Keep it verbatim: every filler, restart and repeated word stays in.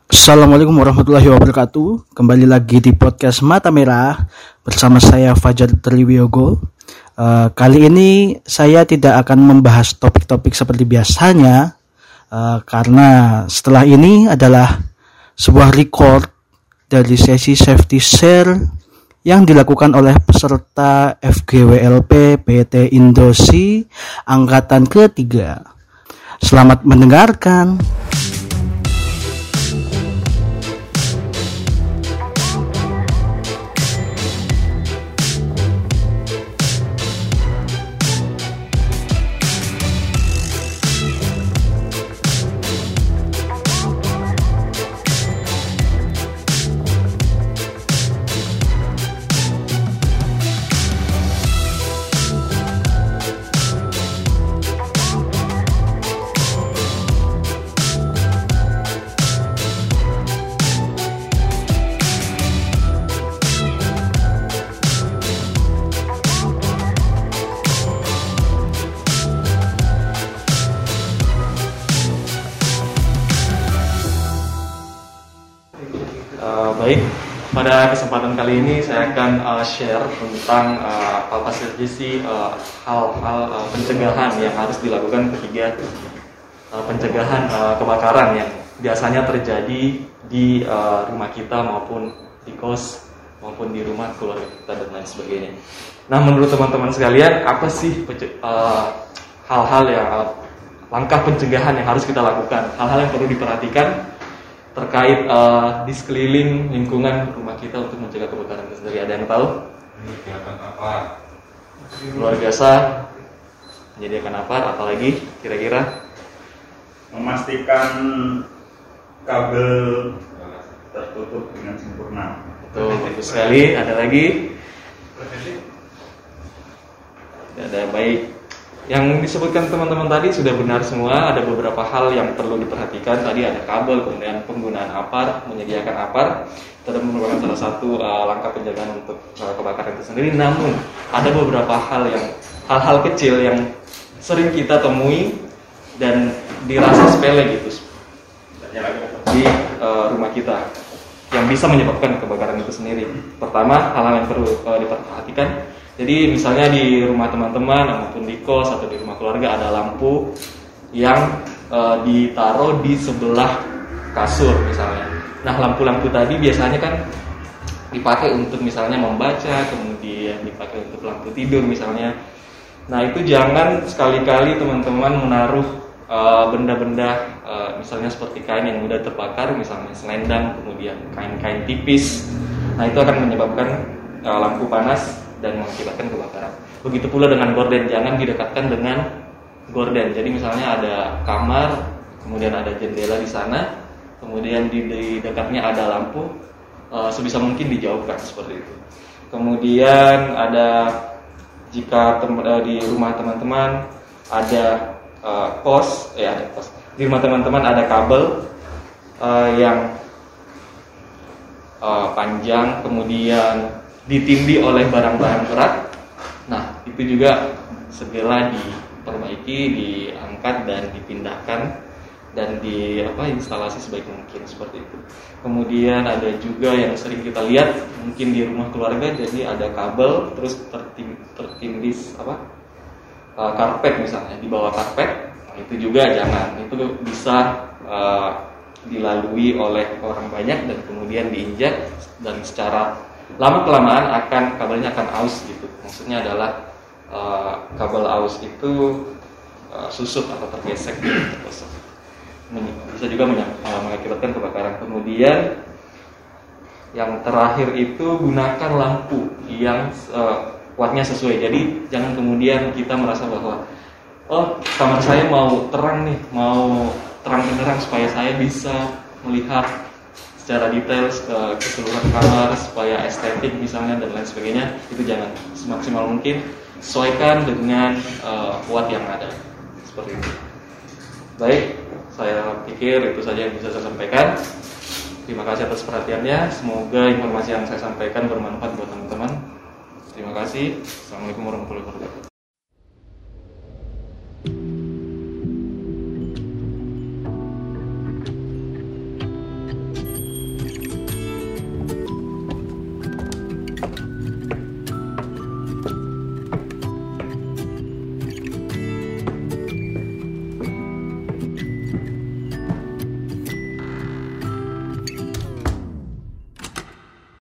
Assalamualaikum warahmatullahi wabarakatuh. Kembali lagi di podcast Mata Merah bersama saya Fajar Triwiyogo. Uh, kali ini saya tidak akan membahas topik-topik seperti biasanya uh, karena setelah ini adalah sebuah record dari sesi safety share yang dilakukan oleh peserta F G W L P P T Indosi angkatan ketiga. Selamat mendengarkan. Uh, baik, pada kesempatan kali ini saya akan uh, share tentang uh, apa saja sih uh, hal-hal uh, pencegahan yang harus dilakukan ketika uh, pencegahan uh, kebakaran yang biasanya terjadi di uh, rumah kita maupun di kos maupun di rumah keluarga kita dan lain sebagainya. Nah, menurut teman-teman sekalian, apa sih pence- uh, hal-hal yang uh, langkah pencegahan yang harus kita lakukan, hal-hal yang perlu diperhatikan terkait uh, di sekeliling lingkungan rumah kita untuk mencegah kebakaran itu sendiri? Ada yang tahu? Menyediakan apa? Luar biasa. Menyediakan apa? Apalagi kira-kira? Memastikan kabel tertutup dengan sempurna. Betul, bagus sekali. Ada lagi? Ada, baik. Yang disebutkan teman-teman tadi sudah benar semua. Ada beberapa hal yang perlu diperhatikan. Tadi ada kabel, kemudian penggunaan apar, menyediakan apar. Itu merupakan salah satu uh, langkah pencegahan untuk uh, kebakaran itu sendiri. Namun ada beberapa hal yang hal-hal kecil yang sering kita temui dan dirasa sepele gitu di uh, rumah kita yang bisa menyebabkan kebakaran itu sendiri. Pertama, hal-hal yang perlu uh, diperhatikan. Jadi misalnya di rumah teman-teman maupun di kos atau di rumah keluarga ada lampu yang e, ditaruh di sebelah kasur misalnya. Nah, lampu-lampu tadi biasanya kan dipakai untuk misalnya membaca, kemudian dipakai untuk lampu tidur misalnya. Nah, itu jangan sekali-kali teman-teman menaruh e, benda-benda e, misalnya seperti kain yang mudah terbakar, misalnya selendang, kemudian kain-kain tipis. Nah, itu akan menyebabkan e, lampu panas dan mengakibatkan kebakaran. Begitu pula dengan gorden, jangan didekatkan dengan gorden. Jadi misalnya ada kamar, kemudian ada jendela di sana, kemudian di, di dekatnya ada lampu, e, sebisa mungkin dijauhkan seperti itu. Kemudian ada jika tem, e, di rumah teman-teman ada e, pos, ya ada pos. Di rumah teman-teman ada kabel e, yang e, panjang, kemudian ditindih oleh barang-barang berat. Nah, itu juga segera diperbaiki, diangkat dan dipindahkan dan di apa instalasi sebaik mungkin seperti itu. Kemudian ada juga yang sering kita lihat mungkin di rumah keluarga, jadi ada kabel terus tertim, tertindis apa uh, karpet misalnya di bawah karpet. Nah, itu juga jangan. Itu bisa uh, dilalui oleh orang banyak dan kemudian diinjak dan secara lama kelamaan akan kabelnya akan aus gitu. Maksudnya adalah uh, kabel aus itu uh, susut atau tergesek gitu, tergosok. Bisa juga menyam- uh, mengakibatkan kebakaran. Kemudian yang terakhir itu gunakan lampu yang uh, wattnya sesuai. Jadi jangan kemudian kita merasa bahwa oh, kamar saya mau terang nih, mau terang benderang supaya saya bisa melihat secara detail ke keseluruhan kamar supaya estetik misalnya dan lain sebagainya. Itu jangan. Semaksimal mungkin sesuaikan dengan uh, watt yang ada seperti itu. Baik, saya pikir itu saja yang bisa saya sampaikan. Terima kasih atas perhatiannya. Semoga informasi yang saya sampaikan bermanfaat buat teman-teman. Terima kasih. Assalamualaikum warahmatullahi wabarakatuh.